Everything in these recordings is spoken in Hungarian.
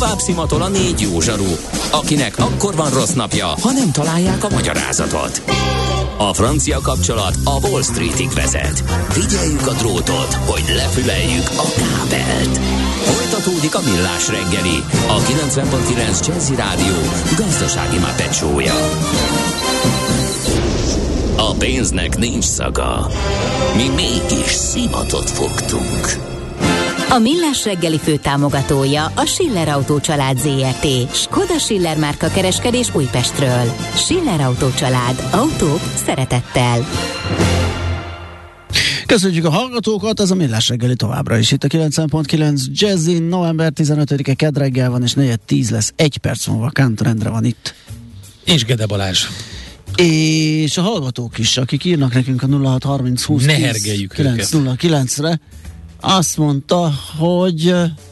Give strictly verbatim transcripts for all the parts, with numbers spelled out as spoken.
tovább szimatol a négy jó zsaru, akinek akkor van rossz napja, ha nem találják a magyarázatot. A francia kapcsolat a Wall Streetig vezet. Figyeljük a drótot, hogy lefüleljük a kábelt. Folytatódik a Millás reggeli, a kilencven pont kilenc Jazzy Rádió gazdasági mápecsója. A pénznek nincs szaga. Mi mégis szimatot fogtunk. A Millás reggeli főtámogatója a Schiller Autó család zé er té. Skoda Schiller márka kereskedés Újpestről. Schiller Autó család. Autók szeretettel. Köszönjük a hallgatókat, ez a Millás reggeli továbbra is. Itt a kilencven pont kilenc Jazzy, november tizenötödike, kedd reggel van, és negyed tíz lesz, egy perc múlva Kántor Endre van itt. És Gede Balázs. És a hallgatók is, akik írnak nekünk a nulla hat harminc húsz tíz kilenc nulla kilencre, azt mondta, hogy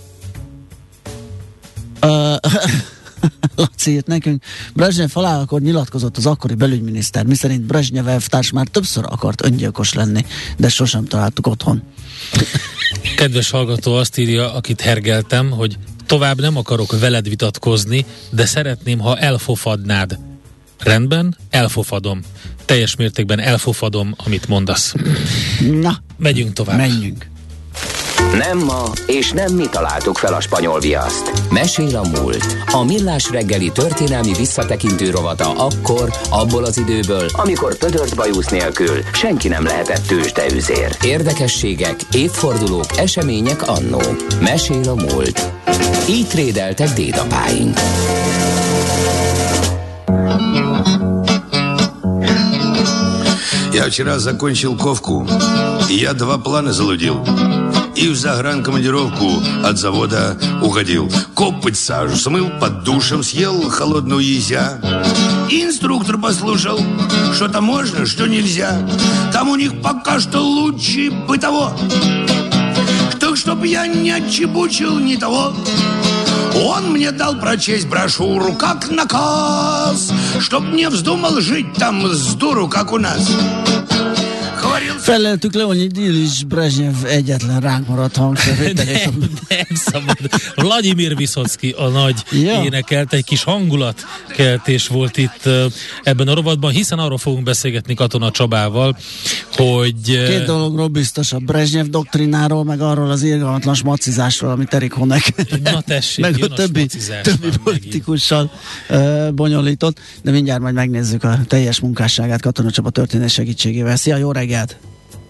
uh, Laci írt nekünk, Brezsnyev halálakor nyilatkozott az akkori belügyminiszter, miszerint Brezsnyev elvtárs már többször akart öngyilkos lenni, de sosem találtuk otthon. Kedves hallgató azt írja, akit hergeltem, hogy tovább nem akarok veled vitatkozni, de szeretném, ha elfofadnád. Rendben, elfofadom. Teljes mértékben elfofadom, amit mondasz. Na, megyünk tovább. Menjünk. Nem ma, és nem mi találtuk fel a spanyol viaszt. Mesél a múlt. A Millás reggeli történelmi visszatekintő rovata akkor, abból az időből, amikor pödört bajusz nélkül senki nem lehetett tőzsdeüzér. Érdekességek, évfordulók, események annó. Mesél a múlt. Így trédeltek dédapáink. Я вчера закончил ковку, и я два плана залудил. И в загранкомандировку от завода уходил. Копоть сажу смыл, под душем съел холодную езя. И инструктор послушал, что-то можно, что нельзя. Там у них пока что лучше бытово. Так, чтоб я не отчебучил ни того. Он мне дал прочесть брошюру как наказ, чтоб не вздумал жить там с дуру, как у нас. Feleltük Leonid Iljics Brezsnyev egyetlen ránk maradt hangszer. Nem, nem szabad. Vladimir Viszocki a nagy ja. énekelt, egy kis hangulatkeltés volt itt ebben a rovatban, hiszen arról fogunk beszélgetni Katona Csabával, hogy... Két dologról biztos, a Brezsnyev doktrináról, meg arról az irgalmatlan smacizásról, amit Erik Honeck Na tessék, meg a többi, többi politikussal uh, bonyolított, de mindjárt majd megnézzük a teljes munkásságát Katona Csaba történés segítségével. Szia, jó reggelt!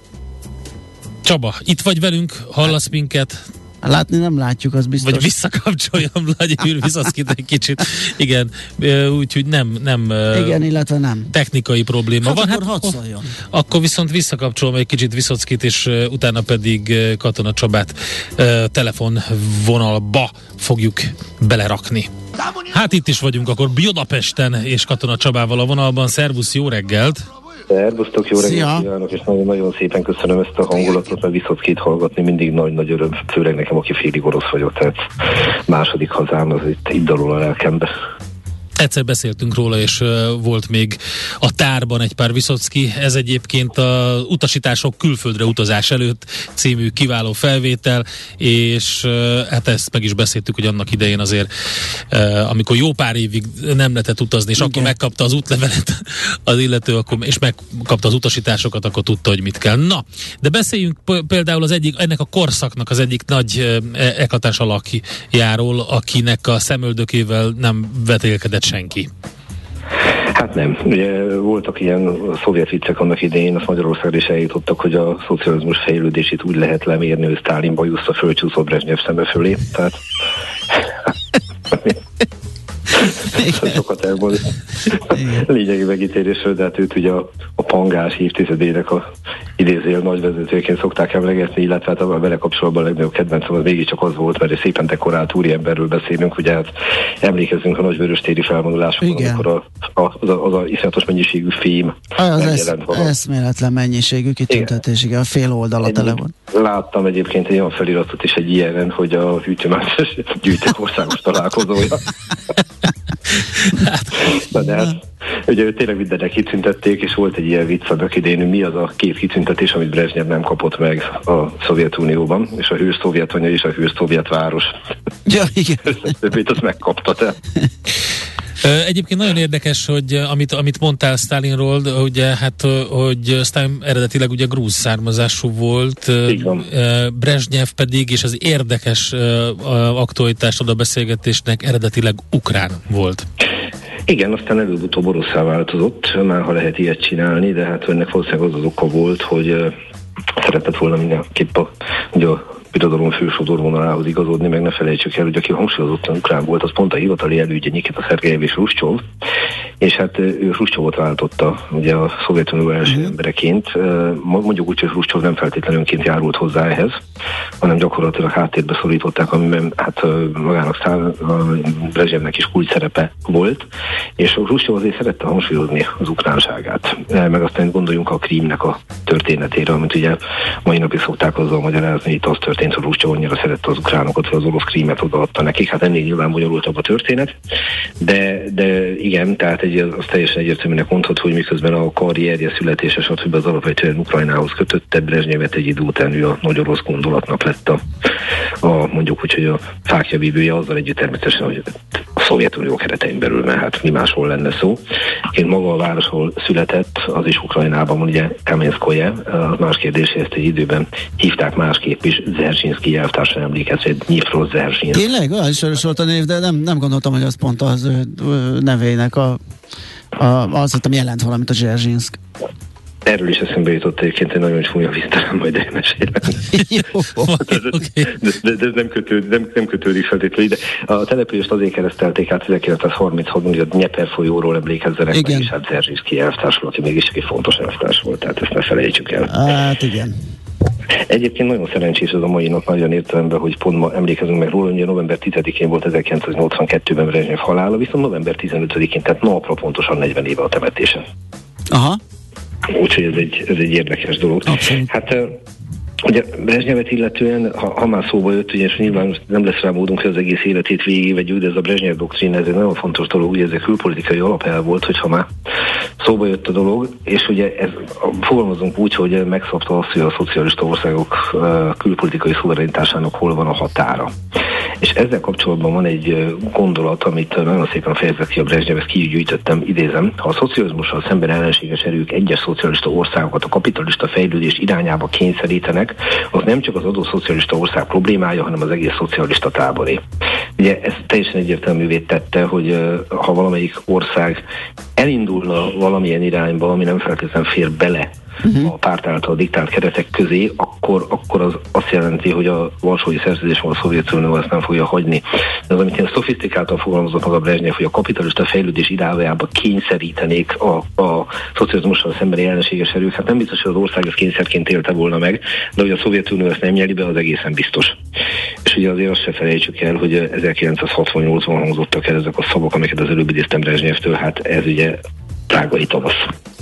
Csaba, itt vagy velünk, hallasz minket? Látni nem látjuk, az biztos. Vagy visszakapcsoljam Vladimir Viszockit egy kicsit. Igen, úgyhogy nem, nem Igen, illetve nem. technikai probléma hát van. Akkor hát hadd szóljon. Akkor viszont visszakapcsolom egy kicsit Viszockit, és utána pedig Katona Csabát telefonvonalba fogjuk belerakni. Hát itt is vagyunk akkor Budapesten és Katona Csabával a vonalban. Szervusz, jó reggelt! Szervusztok, jó reggelt kívánok, és nagyon-nagyon szépen köszönöm ezt a hangulatot, mert Viszockit hallgatni mindig nagy-nagy öröm, főleg nekem, aki félig orosz vagyok, tehát második hazám, az itt, itt dalul a lelkembe. Egyszer beszéltünk róla, és uh, volt még a tárban egy pár Viszocki. Ez egyébként a Utasítások külföldre utazás előtt című kiváló felvétel, és uh, hát ezt meg is beszéltük, hogy annak idején azért, uh, amikor jó pár évig nem lehetett utazni, és Igen. akkor megkapta az útlevelet az illető, akkor, és megkapta az utasításokat, akkor tudta, hogy mit kell. Na, de beszéljünk p- például az egyik, ennek a korszaknak az egyik nagy uh, eklatás alakjáról, akinek a szemöldökével nem vetélkedett senki. Hát nem. Ugye voltak ilyen szovjet viccek annak idején, azt Magyarországra is eljutottak, hogy a szocializmus fejlődését úgy lehet lemérni, hogy Sztálin bajussza fölcsúszott Brezsnyev szeme fölé. Tehát... sokat elmond lényegi megítélésről, de hát őt ugye a, a pangás évtizedének a idézőjel nagy vezetőként szokták emlegetni, illetve hát a vele kapcsolatban a legnagyobb kedvencem az mégiscsak az volt, mert egy szépen dekorált úriemberről beszélünk, ugye hát emlékezzünk a nagyvöröstéri felvonulásokon, amikor a, a, az, a, az a iszonyatos mennyiségű fém az megjelent van. Az eszméletlen mennyiségű kitüntetésig, a fél oldala tele van. Láttam egyébként egy olyan feliratot is egy ilyenen, hogy a hűtőmentes gyűjtők országos találkozója. Na de hát, ugye ő tényleg mindennek kitüntették, és volt egy ilyen vicc annak idején, mi az a két kitüntetés, amit Brezsnyev nem kapott meg a Szovjetunióban, és a hős szovjet anya és a hős szovjet város. Ja, igen. Összetöbbét azt megkapta te. Egyébként nagyon érdekes, hogy amit, amit mondtál Sztálinról, ugye, hát, hogy Sztálin eredetileg ugye grúz származású volt, Brezsnyev pedig, és az érdekes aktualitást ad a beszélgetésnek, eredetileg ukrán volt. Igen, aztán előbb-utóbb oroszá változott, már ha lehet ilyet csinálni, de hát ennek valószínűleg az az oka volt, hogy uh, szeretett volna mindenképp a, ugye a birodalom fősodorvonalához igazodni, meg ne felejtsük el, hogy aki hangsúlyozottan ukrán volt, az pont a hivatali elődje Nikita Szergejev és Hruscsov, és hát ő Hruscsovot váltotta ugye a Szovjetunió első mm. embereként. Mondjuk úgy, hogy Hruscsov nem feltétlenül önként járult hozzá ehhez, hanem gyakorlatilag háttérbe szorították, amiben hát magának száll, Brezsnyevnek is kulcs szerepe volt, és Hruscsov azért szerette hangsúlyozni az ukránságát. Meg aztán gondoljunk a Krímnek a történetére, amit ugye mai napig szokták azzal magyarázni, itt az történt, hogy Hruscsov annyira szerette az ukránokat, hogy az orosz Krímet odaadta nekik. Hát ennél nyilván bonyolultabb a történet, de, de igen, tehát egy, az teljesen egyértelműnek mondható, hogy miközben a karrierje, születése, stb. Az alapvetően Ukrajnához kötötte, Brezsnyevet egy idő után ő a nagy orosz gondolatnak lett a, a mondjuk úgy, hogy a fáklyavívője, azzal együtt természetesen, hogy a Szovjetunió keretein belül, mert hát mi másról lenne szó. Én maga a város, ahol született, az is Ukrajnában, ugye Kamenszkoje, az más kérdés, ezt egy időben hívták másképp is, Dzerzsinszky elvtársa emlékezve, Dnyipro Dzerzsinszky. Tényleg? Olyan is volt a név, de nem, nem gondoltam, hogy az pont az ő nevének a, a az, hogy jelent valamit a Dzerzsinszk. Erről is eszembe jutott egyébként egy nagyon csúnya víztelen, majd elmesélem. de, de, de ez nem kötődik, nem, nem kötődik feltétlenül. De a települést azért keresztelték át ezerkilencszázharminchatban, hogy a Dnyeper folyóról emlékezzenek, meg is hát Dzerzsinszky elvtársról, aki mégis egy fontos elvtárs volt, tehát ezt ne felejtsük el. Hát igen. Egyébként nagyon szerencsés az a mai nap nagyon értelemben, hogy pont ma emlékezünk meg róla, hogy november tizedikén volt ezerkilencszáznyolcvankettőben Brezsnyev halála, viszont november tizenötödikén, tehát napra pontosan negyven éve a temetése. Aha. Úgyhogy ez egy, ez egy érdekes dolog. Abszolút. Hát ugye Brezsnyevet illetően, ha, ha már szóba jött, ugye, és nyilván nem lesz rá módunk, hogy az egész életét végigvegyük, de ez a Brezsnyev doktrín, ez egy nagyon fontos dolog, ugye ez egy külpolitikai alapelv volt, hogyha már szóba jött a dolog, és ugye ez, fogalmazunk úgy, hogy megszabta azt, hogy a szocialista országok külpolitikai szuverenitásának hol van a határa. És ezzel kapcsolatban van egy gondolat, amit nagyon szépen fejezett ki a Brezsnyev, ezt kigyűjtöttem, idézem. Ha a szocializmussal szemben ellenséges erők egyes szocialista országokat a kapitalista fejlődés irányába kényszerítenek, az nem csak az adott szocialista ország problémája, hanem az egész szocialista táboré. Ugye ez teljesen egyértelművé tette, hogy ha valamelyik ország elindulna valamilyen irányba, ami nem feltétlenül fér bele Uh-huh. a párt által diktált keretek közé, akkor, akkor az azt jelenti, hogy a Varsói Szerződésben a Szovjetunió ezt nem fogja hagyni. De az, amit én szofisztikáltan fogalmazott maga Brezsnyev, hogy a kapitalista fejlődés irányába kényszerítenék a, a szocializmussal szembeni ellenséges erők, hát nem biztos, hogy az ország ezt kényszerként élte volna meg, de hogy a Szovjetunió ezt nem nyeli be, az egészen biztos. És ugye azért azt se felejtsük el, hogy ezerkilencszázhatvannyolcban hangzottak el ezek a szavak, amiket az előbb idéztem Brezsnyevtől, hát ez ugye prágai tavasz.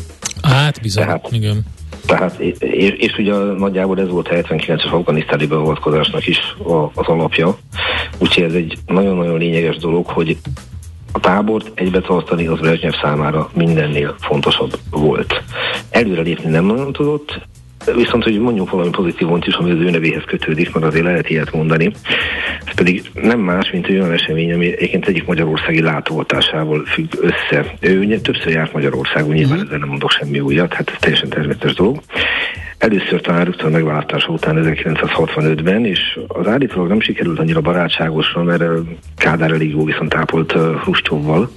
Hát bizony, tehát, igen. Tehát, és, és ugye nagyjából ez volt a hetvenkilences afganisztáni beavatkozásnak is a, az alapja. Úgyhogy ez egy nagyon-nagyon lényeges dolog, hogy a tábort egybetartani az Brezsnyev számára mindennél fontosabb volt. Előrelépni nem nagyon tudott, viszont, hogy mondjuk valami pozitívont is, ami az ő nevéhez kötődik, mert azért lehet ilyet mondani. Ez pedig nem más, mint egy olyan esemény, ami egyébként egyik magyarországi látogatásával függ össze. Ő ugye többször járt Magyarországon, nyilván ezzel nem mondok semmi újat, hát ez teljesen természetes dolog. Először talán rögtön a megváltása után ezerkilencszázhatvanötben, és az állítólag nem sikerült annyira barátságosra, mert Kádár elég jó viszont ápolt Hruscsovval,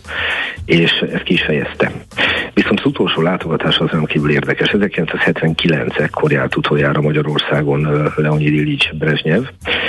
és ezt ki is fejezte. Viszont az utolsó látogatása az rendkívül érdekes. ezerkilencszázhetvenkilenc ekkor járt utoljára Magyarországon Leonid Iljics Brezsnyev,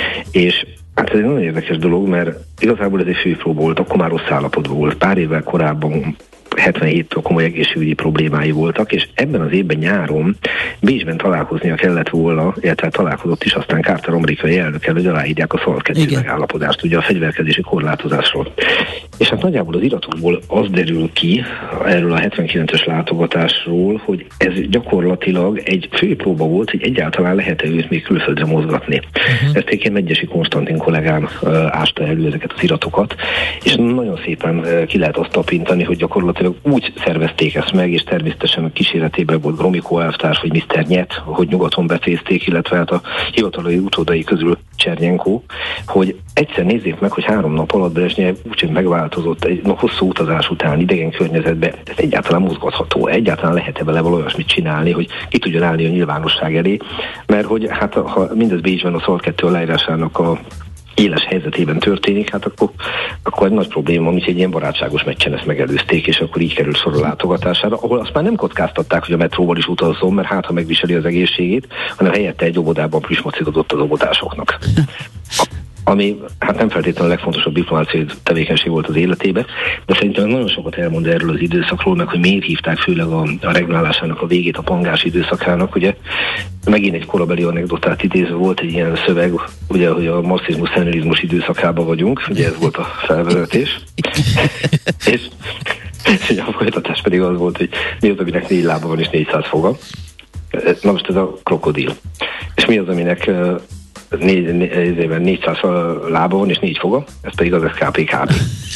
és hát ez egy nagyon érdekes dolog, mert igazából ez egy főpróba volt, akkor már rossz állapotban volt. Pár évvel korábban hetvenhéttől komoly egészségügyi problémái voltak, és ebben az évben nyáron Bécsben találkoznia kellett volna, illetve találkozott is aztán Carter amerikai elnökkel, hogy aláírják a Szalt kettő megállapodást, ugye a fegyverkezési korlátozásról. És hát nagyjából az iratokból az derül ki erről a hetvenkilences látogatásról, hogy ez gyakorlatilag egy főpróba volt, hogy egyáltalán lehet-e őt még külföldre mozgatni. Uh-huh. Ezt egyébként Megyesi Konstantin kollégám uh, ásta elő ezeket az iratokat, és nagyon szépen uh, ki lehet azt tapintani, hogy gyakorlatilag úgy szervezték ezt meg, és természetesen kíséretében volt Gromyko elvtárs, vagy miszter Nyet, hogy nyugaton becézték, illetve hát a hivatali utódai közül Csernyenko, hogy egyszer nézzék meg, hogy három nap alatt Brezsnyev úgyhogy megváltozott egy no, hosszú utazás után idegen környezetbe. Ez egyáltalán mozgatható, egyáltalán lehet-e vele valami olyasmit csinálni, hogy ki tudjon állni a nyilvánosság elé, mert hogy hát ha mindez Bécsben a Szalt kettő aláírásának a éles helyzetében történik, hát akkor, akkor egy nagy probléma van, hogy egy ilyen barátságos meccsen ezt megelőzték, és akkor így került sor a látogatására, ahol azt már nem kockáztatták, hogy a metróval is utazzon, mert hát ha megviseli az egészségét, hanem helyette egy óvodában plüsmocit adott az óvodásoknak. Ami hát nem feltétlenül a legfontosabb diplomáciai tevékenység volt az életében, de szerintem nagyon sokat elmond erről az időszakról, meg hogy miért hívták főleg a, a regnálásának a végét a pangás időszakának, ugye. Megint egy korabeli anekdotát idézve volt egy ilyen szöveg, ugye, hogy a marxizmus-szeninizmus időszakában vagyunk, ugye ez volt a felvezetés. és, és a folytatás pedig az volt, hogy mi az, aminek négy lába van és négyszáz foga. Na most ez a krokodil. És mi az, aminek Négy, négy, négyszáz lába van és négy foga, ez pedig az es ká pé ká bé.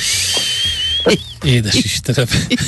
Édes Istenem!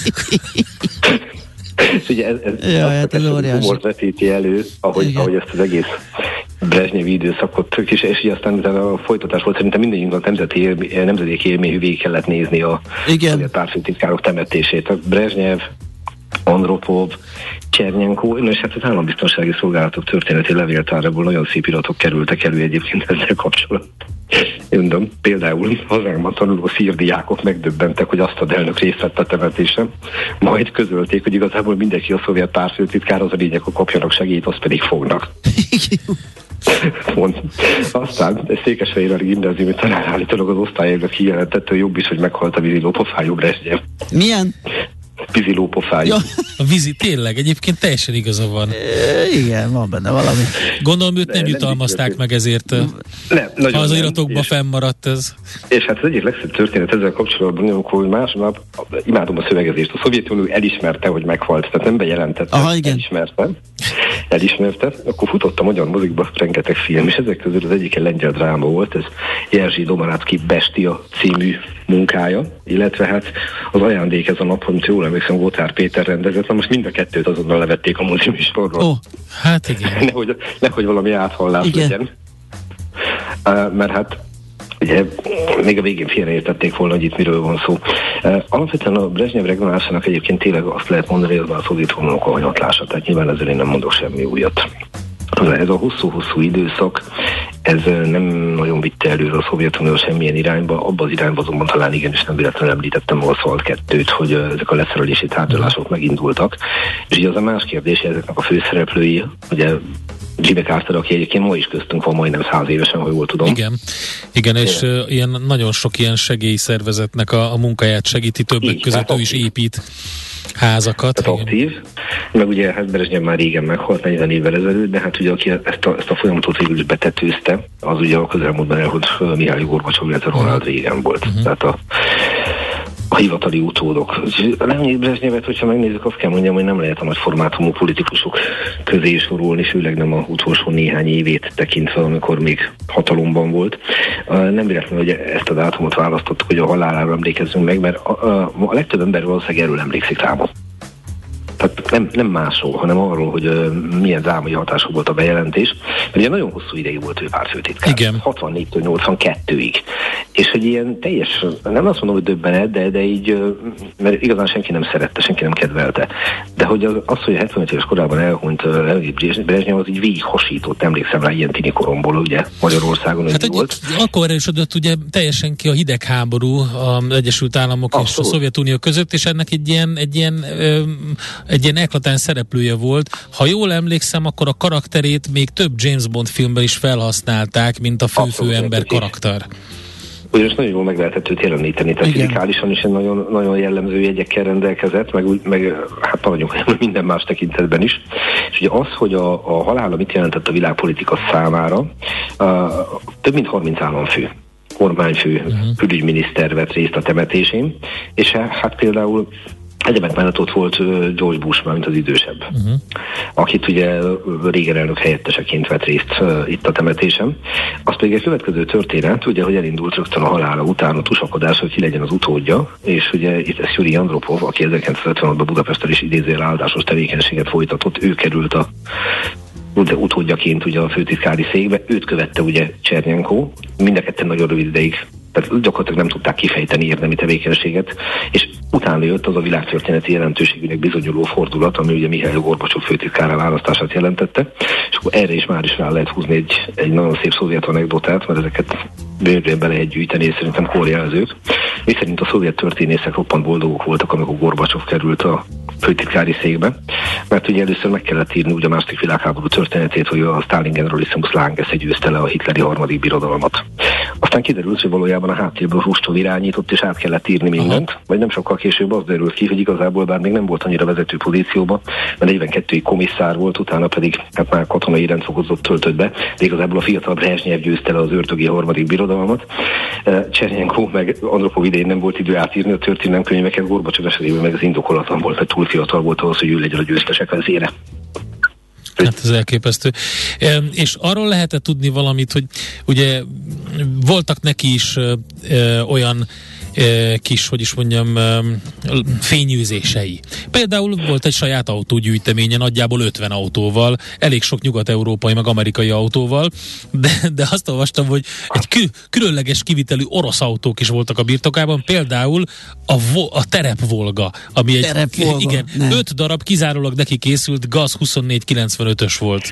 És ugye ez, ez ja, azt hát a humort vetíti elő, ahogy, ahogy ezt az egész Brezsnyevi időszakot, és, és így aztán a folytatás volt, szerintem mindegyünknek nemzeti élmé, nemzedéki élményű végig kellett nézni a, a pártfőtitkárok temetését. A Brezsnyev, Andropov, Csernyenko, és hát az állambiztonsági szolgálatok történeti levéltárából nagyon szép iratok kerültek elő egyébként ezzel kapcsolatban. Mondom, például hazánkban tanuló szírdiákok megdöbbentek, hogy azt a elnök részt vett a temetésen, majd közölték, hogy igazából mindenki a szovjet pártfőtitkár, az a lényeg, hogy kapjanak segélyt, azt pedig fognak. Mond. Aztán egy Székesfehérvári gimnáziumi tanár állítólag az osztályelnök kijelentette, hogy jobb is, hogy meghalt a vízilópofájú Brezsnyev. Milyen? Vízilópofájú. Ja. A vízi, tényleg, egyébként teljesen igaza van. E, igen, van benne valami. Gondolom, őt nem de, jutalmazták nem meg ezért. Nem, ha az iratokban fennmaradt ez. És hát az egyik legszebb történet ezzel kapcsolatban, amikor másnap, imádom a szövegezést, a Szovjetunió elismerte, hogy meghalt, tehát nem bejelentette, aha, igen. elismerte. Elismerte, akkor futott a magyar mozikba rengeteg film, és ezek közül az egyik egy lengyel dráma volt, ez Jerzy Domarácki Bestia című munkája, illetve hát az ajándék ez a nap, amit jól emlékszem, Gotthár Péter rendezett, na most mind a kettőt azonnal levették a moziműsorról. Ó, oh, hát igen. nehogy, nehogy valami áthallás igen. legyen. Uh, mert hát ugye még a végén félreértették volna, hogy itt miről van szó. Uh, alapvetően a Brezsnyev regnálásának egyébként tényleg azt lehet mondani, hogy az a Szovjetuniónak a hanyatlása, tehát nyilván ezzel én nem mondok semmi újat. Ez a hosszú-hosszú időszak, ez nem nagyon vitte előre a Szovjetunió semmilyen irányba, abban az irányba azonban talán igenis nem véletlenül említettem a Szalt kettőt, hogy ezek a leszerelési tárgyalások megindultak. És ugye az a más kérdés, ezeknek a főszereplői, ugye Jimmy Carter, aki egyébként ma is köztünk van, majdnem száz évesen, ha jól tudom. Igen, igen, és uh, ilyen nagyon sok ilyen segélyszervezetnek a, a munkáját segíti, többek így, között ő is épít házakat. Tehát aktív, meg ugye hát Brezsnyev már régen meghalt, negyven évvel ezelőtt, de hát ugye aki ezt a, ezt a folyamatot végül is betetőzte, az ugye a közelmúltban elhult Mihály Gorbacsov, illetve Ronald Reagan volt. Uh-huh. Tehát a a hivatali utódok. Leonid Brezsnyevet, hogyha megnézzük, azt kell mondjam, hogy nem lehet a nagy formátumú politikusok közé sorolni, főleg nem a utolsó néhány évét tekintve, amikor még hatalomban volt. Nem véletlenül, hogy ezt a dátumot választottuk, hogy a halálára emlékezzünk meg, mert a, a, a legtöbb ember valószínűleg erről emlékszik rá. Tehát nem, nem másról, hanem arról, hogy uh, milyen drámai hatású volt a bejelentés. Mert ugye nagyon hosszú ideig volt ő pártfőtitkár. Igen. hatvannégytől nyolcvankettőig. És hogy ilyen teljes, nem azt mondom, hogy döbbenet, de, de így, uh, mert igazán senki nem szerette, senki nem kedvelte. De hogy az, az hogy a hetvenöt éves korában elhunyt uh, Brezsnyev, az így végig hasított, emlékszem rá ilyen tini koromból, ugye Magyarországon hát, volt. Akkor erősödött ugye teljesen ki a hidegháború az Egyesült Államok abszolút. És a Szovjetunió között, és ennek egy ilyen, egy ilyen ö, egy ilyen eklatán szereplője volt. Ha jól emlékszem, akkor a karakterét még több James Bond filmben is felhasználták, mint a fő-fő ember karakter. Ugyanis nagyon jól meg lehetett őt jeleníteni, tehát fizikálisan is egy nagyon, nagyon jellemző jegyekkel rendelkezett, meg, meg hát maradjunk minden más tekintetben is. És ugye az, hogy a, a halála mit jelentett a világpolitika számára, uh, több mint harminc államfő, kormányfő, uh-huh. külügyminiszter vett részt a temetésén, és hát például egyebek mellett ott volt George Bush, már mint az idősebb, uh-huh. akit ugye régen elnök helyetteseként vett részt uh, itt a temetésen. Az pedig egy következő történet, ugye, hogy elindult rögtön a halála után a tusakodás, hogy ki legyen az utódja, és ugye itt ez Juri Andropov, aki ezerkilencszázötvenhatban Budapesten is idézőjel áldásos tevékenységet folytatott, ő került a utódjaként ugye a főtitkári székbe, őt követte ugye Csernyenkó, mind a ketten nagyon rövid ideig, tehát gyakorlatilag nem tudták kifejteni érdemi tevékenységet, és utána jött az a világtörténeti jelentőségűnek bizonyuló fordulat, ami ugye Mihail Gorbacsov főtitkára választását jelentette, és akkor erre is már is rá lehet húzni egy, egy nagyon szép szovjet anekdotát, mert ezeket bőrűen be lehet gyűjteni, és szerintem korjelzők. Mi szerint a szovjet történészek roppant boldogok voltak, amikor Gorbacsov került a főtitkári székbe, mert ugye először meg kellett írni ugye a második világháború történetét, hogy a Stalin Generalissimus Lange győzte le a hitleri harmadik birodalmat. Aztán kiderült, hogy valójában a háttérből Hruscsov irányított, és át kellett írni mindent, aha. Vagy nem sokkal később az derült ki, hogy igazából bár még nem volt annyira vezető pozícióban, mert negyvenkettőig komisszár volt, utána pedig hát már katonai rendfokozatot töltött be, de igazából a fiatal Brezsnyev győzte le az ördögi harmadik birodalmat. Csernyenkó meg Andropov idején nem volt idő átírni a történelemkönyveket, Gorbacsov esetében meg az indokolatlan volt, mert túl fiatal volt ahhoz, hogy ő legyen a győztesek vezére. Hát ez elképesztő. E, és arról lehetett tudni valamit, hogy ugye voltak neki is e, e, olyan e, kis, hogy is mondjam, e, fényűzései. Például volt egy saját autógyűjteménye, nagyjából ötven autóval, elég sok nyugat-európai, meg amerikai autóval, de, de azt olvastam, hogy egy kül, különleges kivitelű orosz autók is voltak a birtokában, például a, vo, a Terep Volga, ami egy Terep Volga, igen, nem. öt darab kizárólag neki készült gaz huszonnégy kilencvenötös volt.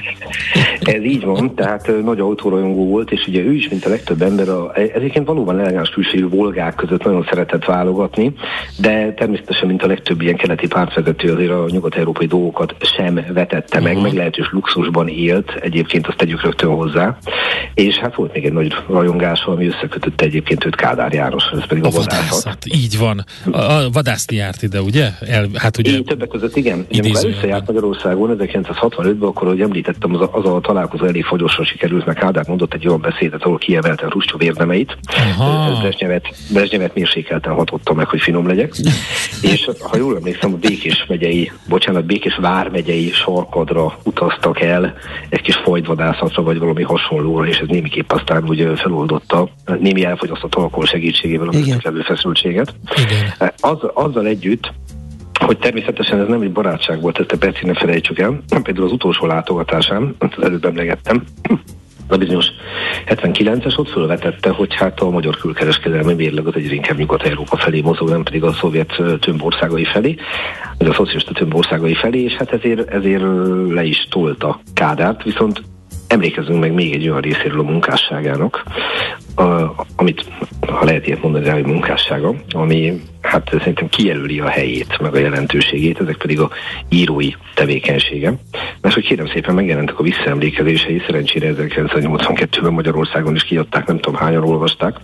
Ez így van, tehát nagy autórajongó volt, és ugye ő is, mint a legtöbb ember, a, ezért valóban elegáns külsejű volgák között nagyon szeretett válogatni, de természetesen, mint a legtöbb ilyen keleti pártvezető, azért a nyugat-európai dolgokat sem vetette meg, uh-huh. meglehetős luxusban élt, egyébként azt tegyük rögtön hozzá, és hát volt még egy nagy rajongása, ami összekötötte egyébként őt Kádár János, ez pedig a, a vadászat. vadászat. Így van. A, a vadászni járt ide, ugye? El, hát ugye így többek között igen. Amikor először járt Magyarországon ezerkilencszázhatvanötben, akkor, ahogy említettem, az a, az a találkozó elég fagyosra sikerült, mert Kádár mondott egy olyan beszédet, ahol kiemelte Hruscsov érdemeit. Brezsnyevet, Brezsnyevet mérsékelten hatotta meg, hogy finom legyek. És ha jól emlékszem, a Békés megyei, bocsánat, Békés vármegyei sarkadra utaztak el egy kis fagyvadászatra, vagy valami hasonlóra, és ez némiképp aztán ugye feloldotta, némi elfogyasztott alkohol segítségével a köztük levő feszültséget. Az, azzal együtt, hogy természetesen ez nem egy barátság volt, ezt a percig ne felejtsük el. Például az utolsó látogatásán, amit az előbb emlegettem, a bizonyos hetvenkilences ott fölvetette, hogy hát a magyar külkereskedelmi mérleget egyre inkább Nyugat-Európa felé mozog, nem pedig a szovjet tömbországai felé, vagy a szocialista tömbországai felé, és hát ezért, ezért le is tolta Kádárt, viszont emlékezzünk meg még egy olyan részéről a munkásságának, a, amit, ha lehet ilyet mondani rá, hogy munkássága, ami hát szerintem kijelöli a helyét, meg a jelentőségét, ezek pedig a írói tevékenysége. Mert hogy kérem szépen megjelentek a visszaemlékezései, szerencsére ezerkilencszáznyolcvankettőben Magyarországon is kiadták, nem tudom hányan olvasták,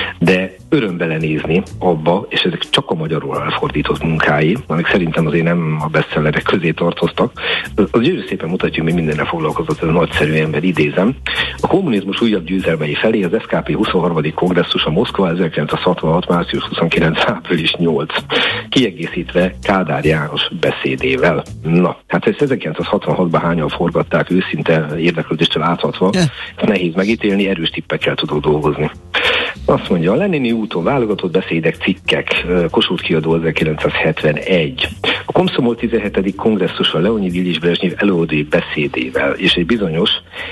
de öröm belenézni abba, és ezek csak a magyarul elfordított munkái, amik szerintem azért nem a bestsellerek közé tartoztak. Az győző szépen mutatja, hogy mindenre foglalkozott ez a nagyszerű ember, idézem. A kommunizmus újabb győzelmei felé az es ká pé huszonharmadik kongresszus a Moszkva ezerkilencszázhatvanhat. március huszonkilencedike. április nyolcadika kiegészítve Kádár János beszédével. Na, hát ezt ezerkilencszázhatvanhatban hányan forgatták, őszinte érdeklődéstől áthatva, yeah. nehéz megítélni, erős tippekkel tudok dolgozni. Azt mondja, a Lenini úton válogatott beszédek, cikkek, Kossuth kiadó ezerkilencszázhetvenegy. A Komszomol tizenhetedik kongresszuson Leonid Iljics Brezsnyev előadói beszédével, és egy bizonyos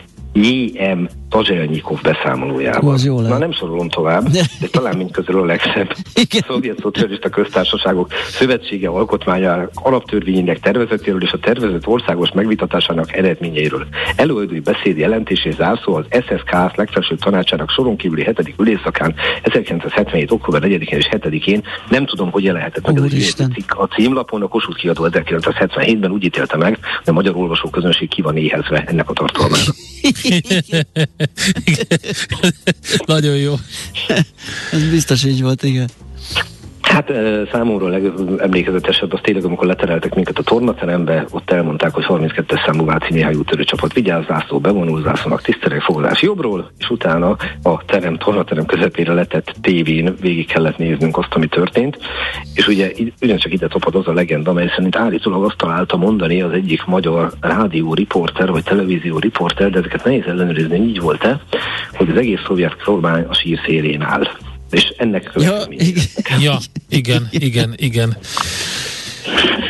jé em Tazselnyikov beszámolójában. Na nem sorolom tovább, de talán mindközül a legszebb. A Szovjet Szocialista Köztársaságok Szövetsége alkotmányának alaptörvényének tervezetéről és a tervezet országos megvitatásának eredményeiről. Előadói beszéd jelentés és zárszó az es es ká legfelsőbb tanácsának soron kívüli hetedik ülésszakán ezerkilencszázhetvenhét. október negyedikén és hetedikén. Nem tudom, hogy lehetett meg ez a címlapon. A Kossuth kiadó ezerkilencszázhetvenhétben úgy ítélte meg, hogy a magyar olvasóközönség ki van éhezve ennek a tartalmára. Nagyon jó. Ez biztos így volt, igen. Hát számomra a legemlékezetesebb az tényleg, amikor letereltek minket a tornaterembe, ott elmondták, hogy harminckettes számú Váci Mihály úttörő csapat vigyázz, zászló, bevonul, zászlónak tiszteleg, fogadás jobbról, és utána a terem, tornaterem közepére letett tévén végig kellett néznünk azt, ami történt, és ugye ugyancsak ide tapad az a legenda, mely szerint állítólag azt találta mondani az egyik magyar rádió riporter, vagy televízió riporter, de ezeket nehéz ellenőrizni, így volt-e, hogy az egész szovjet kormány a sír szélén áll. És ennek ja, igen. ja, igen, igen, igen.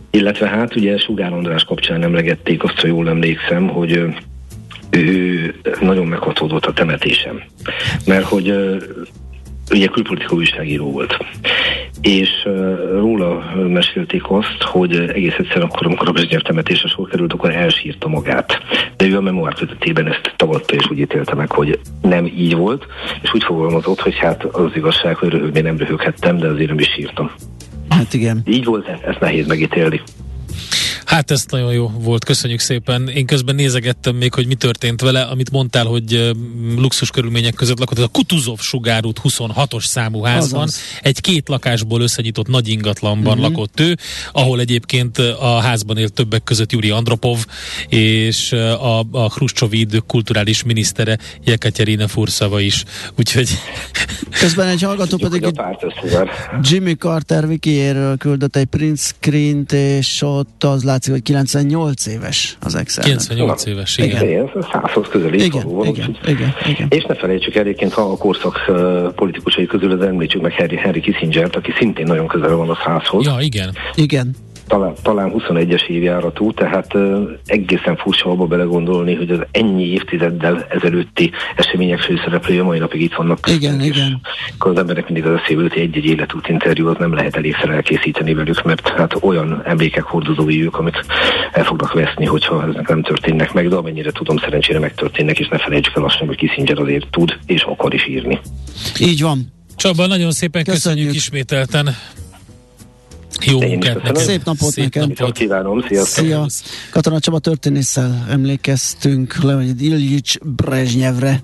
Illetve hát ugye Sugár András kapcsán emlegették azt, ha jól emlékszem, hogy ő nagyon meghatódott a temetésem. Mert hogy ugye külpolitikai újságíró volt. És uh, róla mesélték azt, hogy egész egyszer akkor, amikor a Brezsnyev temetésre sor került, akkor elsírta magát. De ő a memoár kötetében ezt tagadta, és úgy ítélte meg, hogy nem így volt, és úgy fogalmazott, hogy hát az igazság, hogy röhögni nem röhöghettem, de azért nem is sírtam. Hát igen. Így volt, ezt nehéz megítélni. Hát ez nagyon jó volt, köszönjük szépen. Én közben nézegettem még, hogy mi történt vele, amit mondtál, hogy uh, luxus körülmények között lakott, ez a Kutuzov sugárút huszonhatos számú házban, azaz. Egy két lakásból összenyitott nagy ingatlanban uh-huh. lakott ő, ahol egyébként a házban élt többek között Juri Andropov, és a, a Hruscsovi idők kulturális minisztere Jekaterina Furszava is. Úgyhogy... Közben egy hallgató pedig Jimmy Carter wikiéről küldött egy print screen-t, és ott az látszik, hogy kilencvennyolc éves az ex-elnök. kilencvennyolc éves, igen. Igen, százhoz közelít. Igen, igen, igen, igen. És ne felejtsük el, egyébként, ha a korszak uh, politikusai közül az említsük meg Henry, Henry Kissingert, aki szintén nagyon közel van a százhoz. Ja, igen. Igen. Talán, talán huszonegyes évjáratú, tehát uh, egészen furcsa abba belegondolni, hogy az ennyi évtizeddel ezelőtti események főszereplője mai napig itt vannak. Igen, igen. Akkor az emberek mindig az eszébe jut, hogy egy-egy életút interjú, az nem lehet elégszer elkészíteni velük, mert hát olyan emlékek hordozói ők, amik el fognak veszni, hogyha ezek nem történnek meg, de amennyire tudom, szerencsére megtörténnek, és ne felejtsük el azt sem, hogy Kissinger azért tud és akar is írni. Így van. Csaba, nagyon szépen köszönjük, köszönjük ismételten. Jó munkát neked. Szép napot Szép neked. Napot kívánom, sziasztok. Szia. Katona Csaba történésszel emlékeztünk Leonid Iljics Brezsnyevre.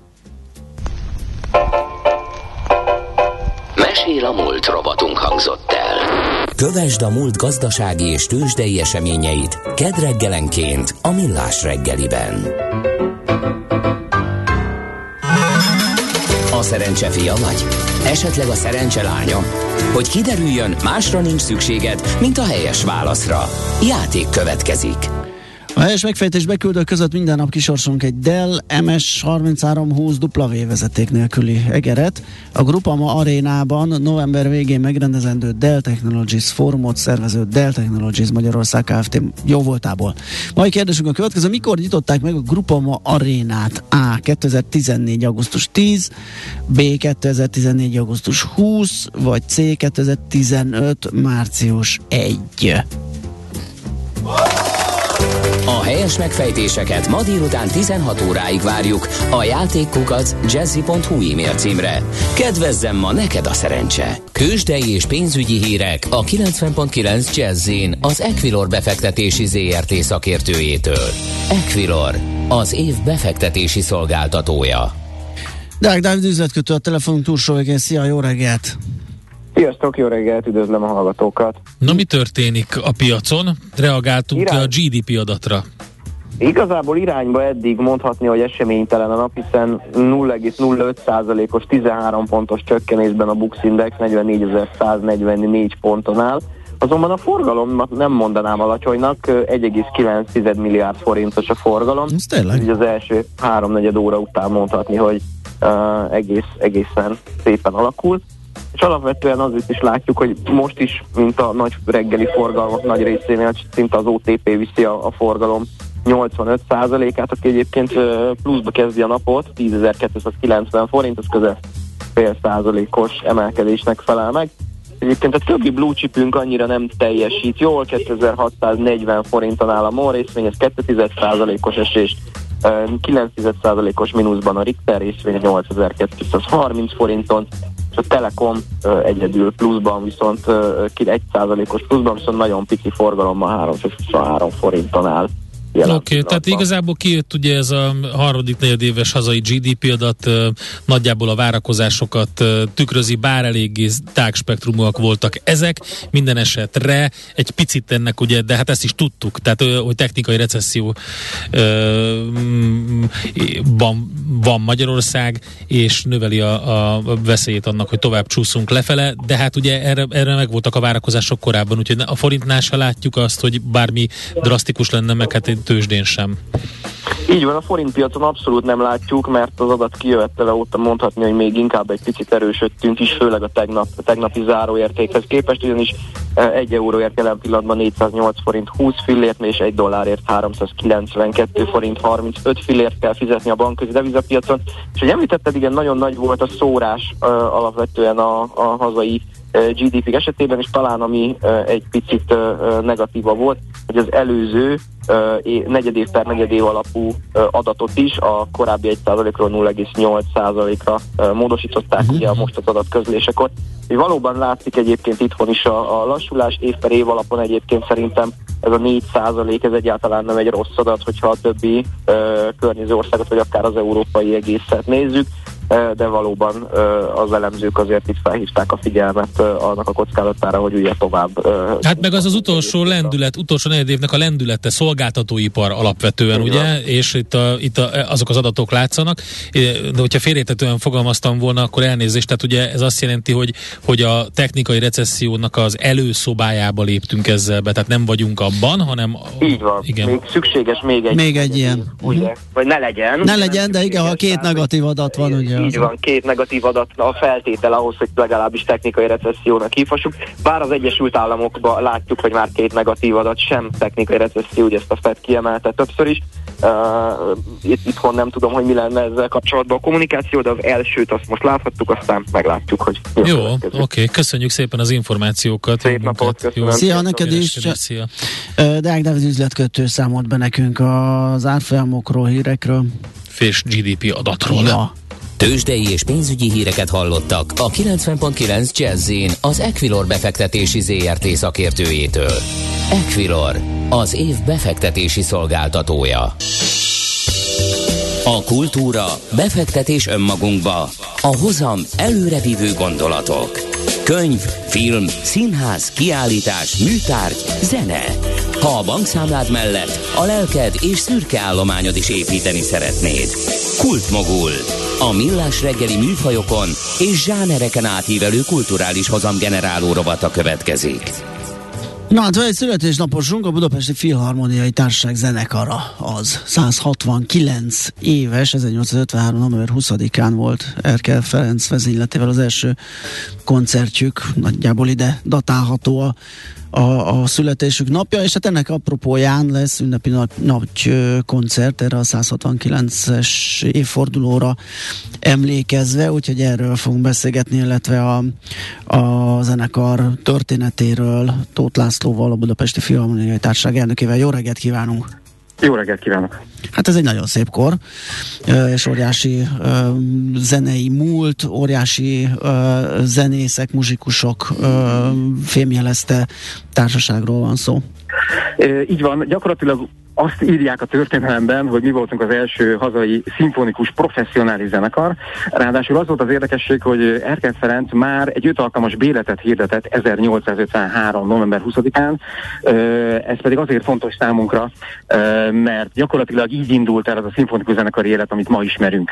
Mesél a múlt robotunk hangzott el. Kövesd a múlt gazdasági és tőzsdei eseményeit kedd reggelenként a Millás reggeliben. A szerencse fia vagy? Esetleg a szerencse lánya? Hogy kiderüljön, másra nincs szükséged, mint a helyes válaszra. Játék következik. A helyes megfejtés beküldők között minden nap kisorsunk egy Dell em es harminchárom húsz dupla vé vezeték nélküli egeret. A Groupama arénában november végén megrendezendő Dell Technologies fórumot szervező Dell Technologies Magyarország Kft. Jóvoltából. Mai kérdésünk a következő: mikor nyitották meg a Groupama arénát? A. kétezer-tizennégy. augusztus tíz, B. kétezer-tizennégy. augusztus húsz, vagy C. kétezer-tizenöt. március elseje. A helyes megfejtéseket ma délután tizenhat óráig várjuk a játékkukac jazzy pont hu e-mail címre. Kedvezzem ma neked a szerencse! Tőzsdei és pénzügyi hírek a kilencven pont kilenc Jazzyn az Equilor befektetési zé er té szakértőjétől. Equilor, az év befektetési szolgáltatója. Deák Dávid üzletkötő a telefonunk túlsó végén. Szia, jó reggelt! Sziasztok, jó reggelt, üdvözlöm a hallgatókat. Na, mi történik a piacon? Reagáltunk Irány... a gé dé pé adatra. Igazából irányba eddig mondhatni, hogy eseménytelen a nap, hiszen nulla egész nulla öt százalékos tizenhárom pontos csökkenésben a Bux Index negyvennégyezer-száznegyvennégy ponton áll. Azonban a forgalom nem mondanám alacsonynak, egy egész kilenc milliárd forintos a forgalom. Ez tényleg? Így az első háromnegyed óra után mondhatni, hogy uh, egész, egészen szépen alakul. És alapvetően azért is látjuk, hogy most is, mint a nagy reggeli forgalmak nagy részénél, szinte az o té pé viszi a, a forgalom nyolcvanöt százalékát, aki egyébként pluszba kezdi a napot, tízezer-kétszázkilencven forint, az közel fél százalékos emelkedésnek felel meg. Egyébként a többi blue chipünk annyira nem teljesít jól, kétezer-hatszáznegyven forinton áll a MOL részvény, ez két százalékos esés, kilenc százalékos mínuszban a Richter részvény nyolcezer-kétszázharminc forinton, és a Telekom uh, egyedül pluszban, viszont uh, egy százalékos pluszban, viszont nagyon pici forgalommal háromszázhuszonhárom forinton áll. Oké, okay, tehát igazából kijött ugye ez a harmadik negyedéves hazai gé dé pé adat, nagyjából a várakozásokat tükrözi, bár eléggé tágspektrumúak voltak ezek, minden esetre egy picit ennek ugye, de hát ezt is tudtuk, tehát hogy technikai recesszióban van Magyarország, és növeli a, a veszélyét annak, hogy tovább csúszunk lefele, de hát ugye erre, erre meg voltak a várakozások korábban, úgyhogy a forintnál se látjuk azt, hogy bármi drasztikus lenne, meg hát tőzsdén sem. Így van, a forintpiacon abszolút nem látjuk, mert az adat kijövetele óta mondhatni, hogy még inkább egy picit erősödtünk is, főleg a tegnap, a tegnapi záróértékhez képest, ugyanis egy euróért jelen pillanatban négyszáznyolc forint húsz fillért, és egy dollárért háromszázkilencvenkettő forint harmincöt fillért kell fizetni a bankközi devizapiacon. És hogy említetted, igen, nagyon nagy volt a szórás uh, alapvetően a, a hazai gé dé pé esetében, és talán ami uh, egy picit uh, negatíva volt, hogy az előző uh, negyedév per negyedév alapú uh, adatot is a korábbi egy százalékról nulla egész nyolc százalékra uh, módosították uh-huh. ugye a most az adatközlésekor. És valóban látszik egyébként itthon is a, a lassulás, év per év alapon egyébként szerintem ez a négy százalék, ez egyáltalán nem egy rossz adat, hogyha a többi uh, környező országot, vagy akár az európai egészet nézzük, de valóban az elemzők azért itt felhívták a figyelmet annak a kockázatára, hogy ugye tovább. Hát meg az az utolsó lendület, utolsó negyed évnek a lendülete, szolgáltatóipar alapvetően, igen. Ugye, és itt, a, itt a, azok az adatok látszanak, de hogyha félreérthetően fogalmaztam volna, akkor elnézést, tehát ugye ez azt jelenti, hogy, hogy a technikai recessziónak az előszobájába léptünk ezzel be, tehát nem vagyunk abban, hanem... Így van, igen. Még szükséges még egy... Még egy ilyen. Ugye? Vagy ne legyen. Ne legyen, de igen, ha két negatív adat van, ugye. Így van, két negatív adat a feltétel ahhoz, hogy legalábbis technikai recessziónak hívhassuk. Bár az Egyesült Államokban látjuk, hogy már két negatív adat sem technikai recesszió, ugye ezt a Fed kiemelte többször is. Uh, itt, itthon nem tudom, hogy mi lenne ezzel kapcsolatban a kommunikáció, de az elsőt azt most láthattuk, aztán meglátjuk, hogy... Jó, oké, okay. Köszönjük szépen az információkat. Szép napot, köszönöm. Szia, neked is. Szia. Deák Dávid üzletkötő számolt be nekünk az árfolyamokról, hírekről. És gé dé pé adatról. Ja. Tőzsdei és pénzügyi híreket hallottak a kilencven pont kilenc Jazz-in az Equilor befektetési zé er té szakértőjétől. Equilor, az év befektetési szolgáltatója. A kultúra, befektetés önmagunkba, a hozam előrevívő gondolatok. Könyv, film, színház, kiállítás, műtárgy, zene. Ha a bankszámlád mellett a lelked és szürke állományod is építeni szeretnéd. Kultmogul. A millás reggeli műfajokon és zsánereken átívelő kulturális hozamgeneráló rovata következik. Na, hát egy születésnaposunk, a Budapesti Filharmoniai Társaság zenekara az száz hatvankilenc éves, ezernyolcszázötvenhárom. november huszadikán volt Erkel Ferenc vezényletével az első koncertjük, nagyjából ide datálható a, a, a születésük napja, és hát ennek apropóján lesz ünnepi nagy, nagy koncert erre a száz hatvankilences évfordulóra emlékezve, úgyhogy erről fogunk beszélgetni, illetve a, a zenekar történetéről Tóth Lászlóval, a Budapesti Filharmoniai Társaság elnökével. Jó reggelt kívánunk! Jó reggelt kívánok! Hát ez egy nagyon szép kor, és óriási zenei múlt, óriási zenészek, muzsikusok fémjelezte társaságról van szó. Így van, gyakorlatilag azt írják a történelemben, hogy mi voltunk az első hazai szimfonikus professzionális zenekar. Ráadásul az volt az érdekesség, hogy Erkel Ferenc már egy öt alkalmas béletet hirdetett ezernyolcszázötvenhárom. november huszadikán. Ez pedig azért fontos számunkra, mert gyakorlatilag így indult el az a szimfonikus zenekari élet, amit ma ismerünk.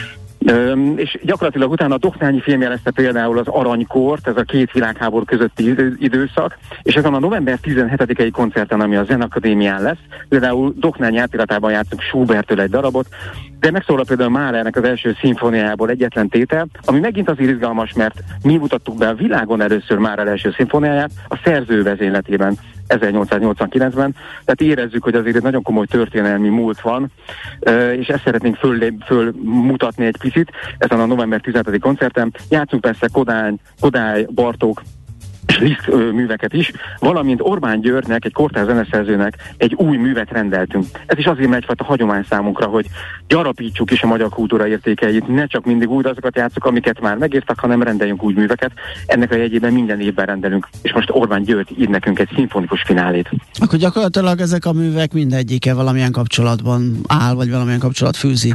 Üm, és gyakorlatilag utána a Doknányi fémjelezte például az aranykort, ez a két világháború közötti idő, időszak, és ezen a november tizenhetedikei koncerten, ami a Zenakadémián lesz, például Doknányi átiratában játszunk Schuberttől egy darabot, de megszólal például Mahlernek az első szimfóniájából egyetlen tétel, ami megint azért izgalmas, mert mi mutattuk be a világon először Mahler első szimfóniáját a szerző vezényletében ezernyolcszáznyolcvankilencben, tehát érezzük, hogy azért egy nagyon komoly történelmi múlt van, és ezt szeretnénk föl, fölmutatni egy picit ezen a november tizenhetediki koncerten. Játszunk persze Kodály, Kodály, Bartók és Liszt műveket is, valamint Orbán Györgynek, egy kortárs zeneszerzőnek egy új művet rendeltünk. Ez is azért egyfajta hagyomány számunkra, hogy gyarapítsuk is a magyar kultúra értékeit, ne csak mindig újra azokat játsszuk, amiket már megírtak, hanem rendeljünk új műveket. Ennek a jegyében minden évben rendelünk, és most Orbán György ír nekünk egy szimfonikus finálét. Akkor gyakorlatilag ezek a művek mindegyike valamilyen kapcsolatban áll, vagy valamilyen kapcsolat fűzi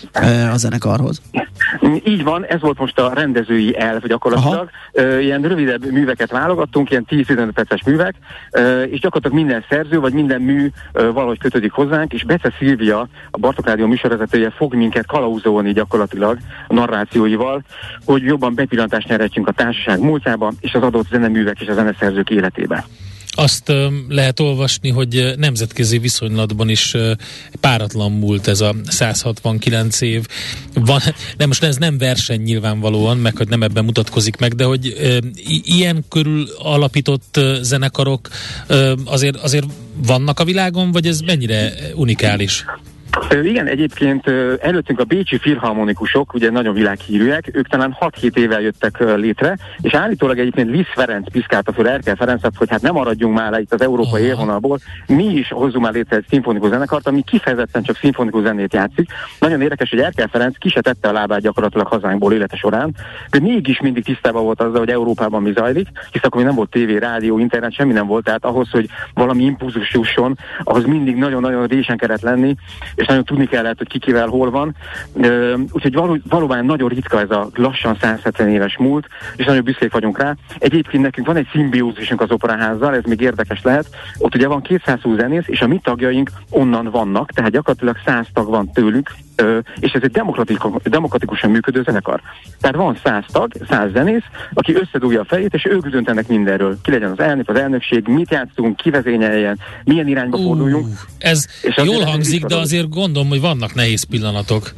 a zenekarhoz. Így van, ez volt most a rendezői elv gyakorlatilag. Aha. Ilyen rövidebb műveket válogattunk, ilyen tíz-tizenöt perces művek, és gyakorlatilag minden szerző, vagy minden mű valahogy kötődik hozzánk, és Bece Szilvia, a Bartók Rádió műsorvezetője fog minket kalauzolni gyakorlatilag a narrációival, hogy jobban bepillantást nyerhetjünk a társaság múltjába, és az adott zeneművek és a zeneszerzők életébe. azt lehet olvasni, hogy nemzetközi viszonylatban is páratlan múlt ez a száz hatvankilenc év. Van, nem, most ez nem verseny nyilvánvalóan, meg hogy nem ebben mutatkozik meg, de hogy ilyen körül alapított zenekarok azért, azért vannak a világon, vagy ez mennyire unikális? Igen, egyébként előttünk a bécsi filharmonikusok, ugye nagyon világhírűek, ők talán hat-hét évvel jöttek létre, és állítólag egyébként Liszt Ferenc piszkálta föl Erkel Ferencet, hogy hát nem maradjunk már le itt az európai élvonalból, mi is hozzunk már létre egy szimfonikus zenekart, ami kifejezetten csak szimfonikus zenét játszik. Nagyon érdekes, hogy Erkel Ferenc ki se tette a lábát gyakorlatilag hazánkból élete során, de mégis mindig tisztában volt azzal, hogy Európában mi zajlik, hisz akkor még nem volt tévé, rádió, internet, semmi nem volt, tehát ahhoz, hogy valami impulzus jusson, ahhoz mindig nagyon-nagyon résen kellett lenni, és nagyon tudni kellett, hogy ki kivel hol van. Úgyhogy való, valóban nagyon ritka ez a lassan száz hetven éves múlt, és nagyon büszkék vagyunk rá. Egyébként nekünk van egy szimbiózisunk az Operaházzal, ez még érdekes lehet. Ott ugye van kétszázhúsz zenész, és a mi tagjaink onnan vannak, tehát gyakorlatilag száz tag van tőlük, és ez egy demokratikus, demokratikusan működő zenekar. Tehát van száz tag, száz zenész, aki összedugja a fejét, és ők döntenek mindenről. Ki legyen az elnök, az elnökség, mit játszunk, ki vezényeljen, milyen irányba uh, forduljunk. Ez jól hangzik, de azért gondolom, hogy vannak nehéz pillanatok.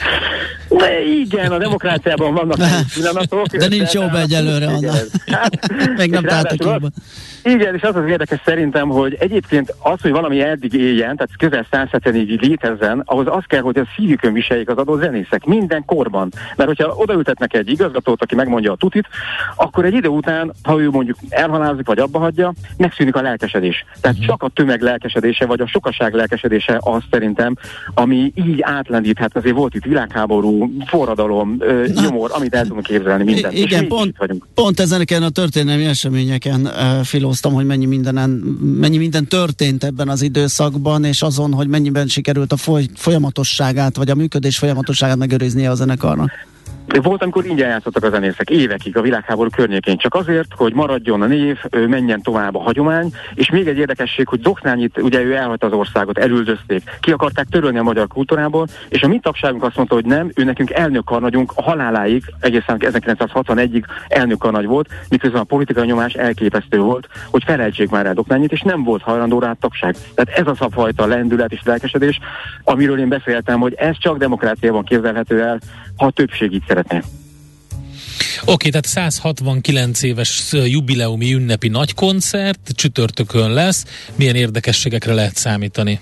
De igen, a demokráciában vannak nehéz pillanatok. De nincs jobb egyelőre, Anna. Hát, meg nem táltak jobban. Igen, és az az érdekes szerintem, hogy egyébként az, hogy valami eddig éljen, tehát közel száz hetvenig létezzen, ahhoz az kell, hogy a szívükön viseljék az adott zenészek minden korban. Mert hogyha odaültetnek egy igazgatót, aki megmondja a tutit, akkor egy idő után, ha ő mondjuk elhalálozik, vagy abba hagyja, megszűnik a lelkesedés. Tehát csak a tömeg lelkesedése, vagy a sokaság lelkesedése az szerintem, ami így átlendíthet. Azért volt itt világháború, forradalom, Na, nyomor, amit el tudunk képzelni, mindent. I- igen, pont, pont ezeneken a történelmi eseményeken uh, filóztam, hogy mennyi, mindenen, mennyi minden történt ebben az időszakban, és azon, hogy mennyiben sikerült a foly- folyamatosságát, vagy a működés folyamatosságát megőriznie a zenekarnak. Volt, amikor ingyen játszottak a zenészek évekig a világháború környékén, csak azért, hogy maradjon a név, menjen tovább a hagyomány, és még egy érdekesség, hogy Doknányit, ugye ő elhagyta az országot, elüldözték, ki akarták törölni a magyar kultúrából, és a mi tagságunk azt mondta, hogy nem, ő nekünk elnökkarnagyunk a haláláig, egészen ezerkilencszázhatvanegyig elnökkarnagy volt, miközben a politikai nyomás elképesztő volt, hogy felejtsék már el Doknányit, és nem volt hajlandó rá tagság. Tehát ez az a fajta lendület és lelkesedés, amiről én beszéltem, hogy ez csak demokráciában képzelhető el, ha a többség így szeretné. Oké, okay, tehát száz hatvankilenc éves jubileumi ünnepi nagykoncert csütörtökön lesz. Milyen érdekességekre lehet számítani?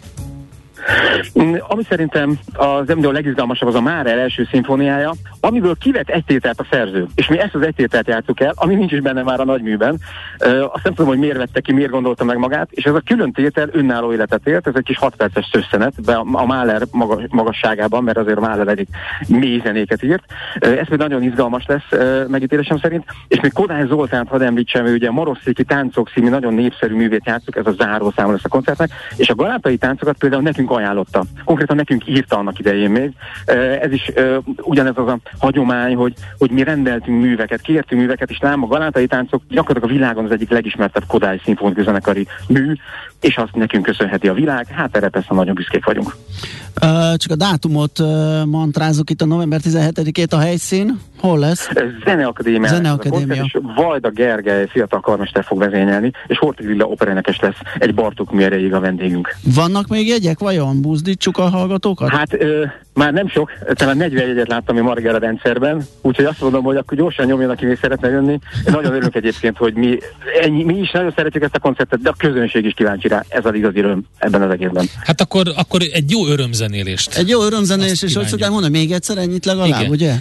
Ami szerintem az a legizgalmasabb az a Mahler első szimfóniája, amiből kivett egy tételt a szerző. És mi ezt az egy tételt játsszuk el, ami nincs is benne már a nagyműben. Uh, azt nem tudom, hogy miért vette ki, miért gondolta meg magát, és ez a külön tétel önálló életet élt, ez egy kis hat perces szösszenet, be a, a Mahler magas, magasságában, mert azért a Mahler egyik mély zenéket írt. Uh, ez még nagyon izgalmas lesz uh, megítélésem szerint, és még Kodály Zoltánt hadd említsem, ő ugye Marosszéki táncok című nagyon népszerű művét játsszuk, ez a záró száma lesz a koncertnek, és a galátai táncokat például nekünk ajánlotta. Konkrétan nekünk írta annak idején még. Ez is ugyanez az a hagyomány, hogy, hogy mi rendeltünk műveket, kértünk műveket, és lám a galátai táncok gyakorlatilag a világon az egyik legismertebb Kodály szimfonikus zenekari mű, és azt nekünk köszönheti a világ. Hát erre persze nagyon büszkék vagyunk. Uh, csak a dátumot uh, mantrázunk itt, a november tizenhetedikét a helyszín. Hol lesz? Zeneakadémia. Zeneakadémia. És Vajda Gergely fiatal karmester fog vezényelni, és Horthy Lilla operénekes lesz egy Bartók mű erejéig a vendégünk. Vannak még jegyek, vajon? Buzdítsuk a hallgatókat? Hát ö, már nem sok, talán negyven jegyet láttam a Margera rendszerben, úgyhogy azt mondom, hogy akkor gyorsan nyomjon, aki még szeretne jönni. Nagyon örülök egyébként, hogy mi, ennyi, mi is nagyon szeretjük ezt a koncertet, de a közönség is kíváncsi rá, ez az igazi öröm ebben az egészben. Hát akkor, akkor egy jó örömzenélést. Egy jó örömzenélést, és hogy szokták mondani, még egyszer ennyit legalább, igen. Ugye?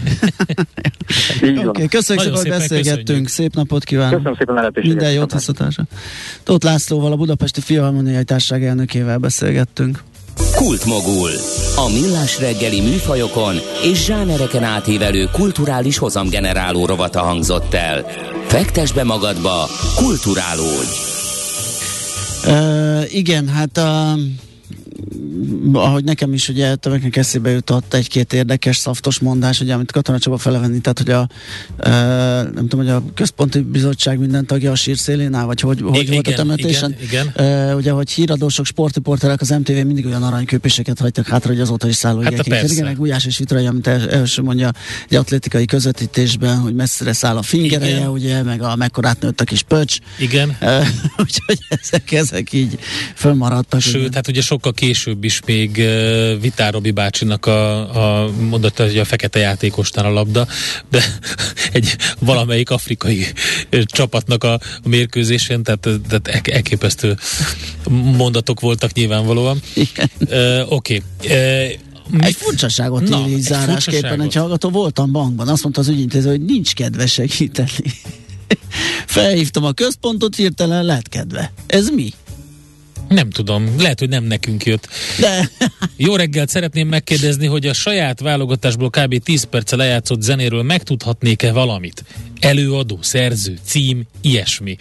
Oké, okay, köszönjük szépen, hogy beszélgettünk. Köszönjük. Szép napot kívánok. Köszönöm szépen a lehetőséget. Minden jót, visszatásra. Tóth Lászlóval, a Budapesti Filharmoniai Társaság elnökével beszélgettünk. Kultmogul. A millás reggeli műfajokon és zsánereken átívelő kulturális hozamgeneráló rovata hangzott el. Fektess be magadba, kulturálódj! Uh, igen, hát a ahogy nekem is ugye többeknek eszébe jutott egy-két érdekes szaftos mondás, ugye, amit Katona Csaba felevenni, tehát hogy a e, nem tudom, hogy a központi bizottság minden tagja a sírszélén áll, vagy hogy, hogy igen, volt a temetésen. Igen, igen. E, ugye, hogy híradósok, sportriporterek az em té vé mindig olyan aranyköpéseket hagytak hátra, hogy azóta is szálló hát igények. Igen, meg Gulyás és Vitrai, amit el, első mondja egy atlétikai közvetítésben, hogy messzire száll a fingereje, ugye, meg a mekkorát nőtt a kis pöcs. Igen. E, úgyhogy ezek, ezek így fönnmaradtak. Sőt, igen. hát ugye sokkal később is még uh, Vitár Robi bácsinak a, a mondott, hogy a fekete játékosnál a labda, de egy valamelyik afrikai csapatnak a, a mérkőzésén, tehát, tehát elképesztő mondatok voltak nyilvánvalóan. Uh, Oké. Okay. Uh, Egy furcsaságot ír így zárásképpen, egy hallgató, voltam bankban, azt mondta az ügyintéző, hogy nincs kedve segíteni. Felhívtam a központot, hirtelen lett kedve. Ez mi? Nem tudom, lehet, hogy nem nekünk jött. De. Jó reggelt, szeretném megkérdezni, hogy a saját válogatásból kb. tíz perccel lejátszott zenéről megtudhatnék-e valamit? Előadó, szerző, cím, ilyesmi.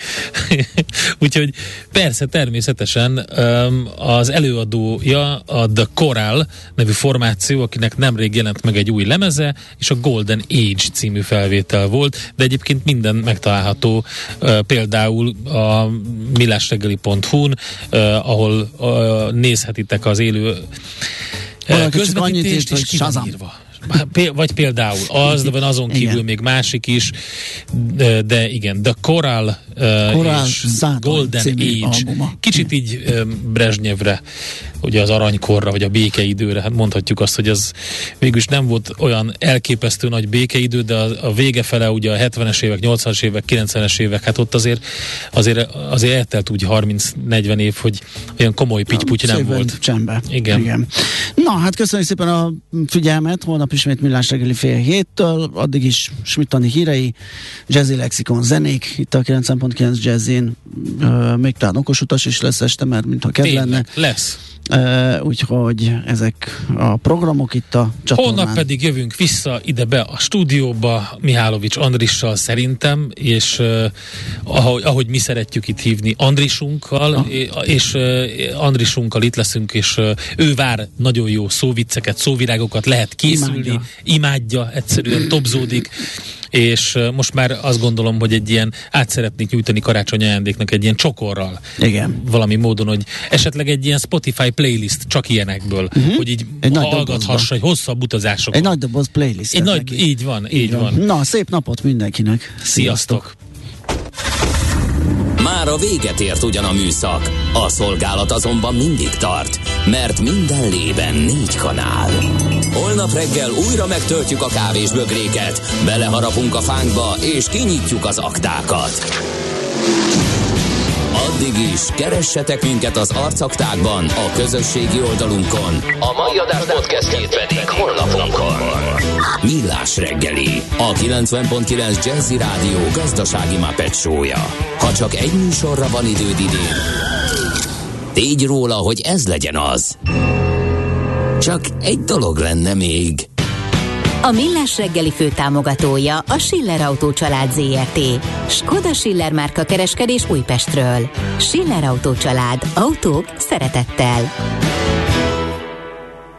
Úgyhogy persze, természetesen az előadója a The Coral nevű formáció, akinek nemrég jelent meg egy új lemeze, és a Golden Age című felvétel volt, de egyébként minden megtalálható például a millásreggeli pont hu-n, ahol nézhetitek az élő közvetítést, és ki van írva. Vagy például az, de van azon kívül igen. még másik is, de, de igen, The Coral, uh, és Golden Age. Albuma. Kicsit így um, Brezsnyevre, ugye az aranykorra, vagy a békeidőre, hát mondhatjuk azt, hogy az végülis nem volt olyan elképesztő nagy békeidő, de a, a vége fele ugye a hetvenes évek, nyolcvanas évek, kilencvenes évek, hát ott azért azért, azért eltelt úgy harminc-negyven év, hogy olyan komoly pitty-putty nem volt. Csembe. Igen. igen. Na, hát köszönjük szépen a figyelmet, holnap ismét Millás reggeli fél héttől, addig is Schmidt-Andi hírei, Jazzy Lexikon zenék, itt a kilencven pont kilenc Jazzin, uh, még talán okos utas is lesz este, mert mintha kedv lenne. Lesz. Uh, úgyhogy ezek a programok itt a csatornán. Holnap pedig jövünk vissza ide be a stúdióba Mihálovics Andrissal szerintem, és uh, ahogy, ahogy mi szeretjük itt hívni Andrisunkkal, ah. és uh, Andrisunkkal itt leszünk, és uh, ő vár nagyon jó szóvicceket, szóvirágokat, lehet készülni, imádja, imádja egyszerűen topzódik, és uh, most már azt gondolom, hogy egy ilyen át szeretnék nyújtani karácsony ajándéknak egy ilyen csokorral. Igen. Valami módon, hogy esetleg egy ilyen Spotify playlist csak ilyenekből, uh-huh. hogy így egy hallgathassa egy hosszabb utazásokon. Egy nagy doboz playlist. Egy nagy, így van, így, így van. van. Na, szép napot mindenkinek. Sziasztok! Már a véget ért ugyan a műszak, a szolgálat azonban mindig tart, mert minden lében négy kanál. Holnap reggel újra megtöltjük a kávésbögréket, beleharapunk a fánkba és kinyitjuk az aktákat. Addig is keressetek minket az arcaktákban, a közösségi oldalunkon. A mai adás podcastjét pedig honlapunkon. Millás reggeli, a kilencven pont kilenc Jazzy Rádió gazdasági Muppet show-ja. Ha csak egy műsorra van időd idén, tégy róla, hogy ez legyen az. Csak egy dolog lenne még. A Millás reggeli főtámogatója a Schiller Autó család zé er té. Skoda Schiller márka kereskedés Újpestről. Schiller Autó család. Autók szeretettel.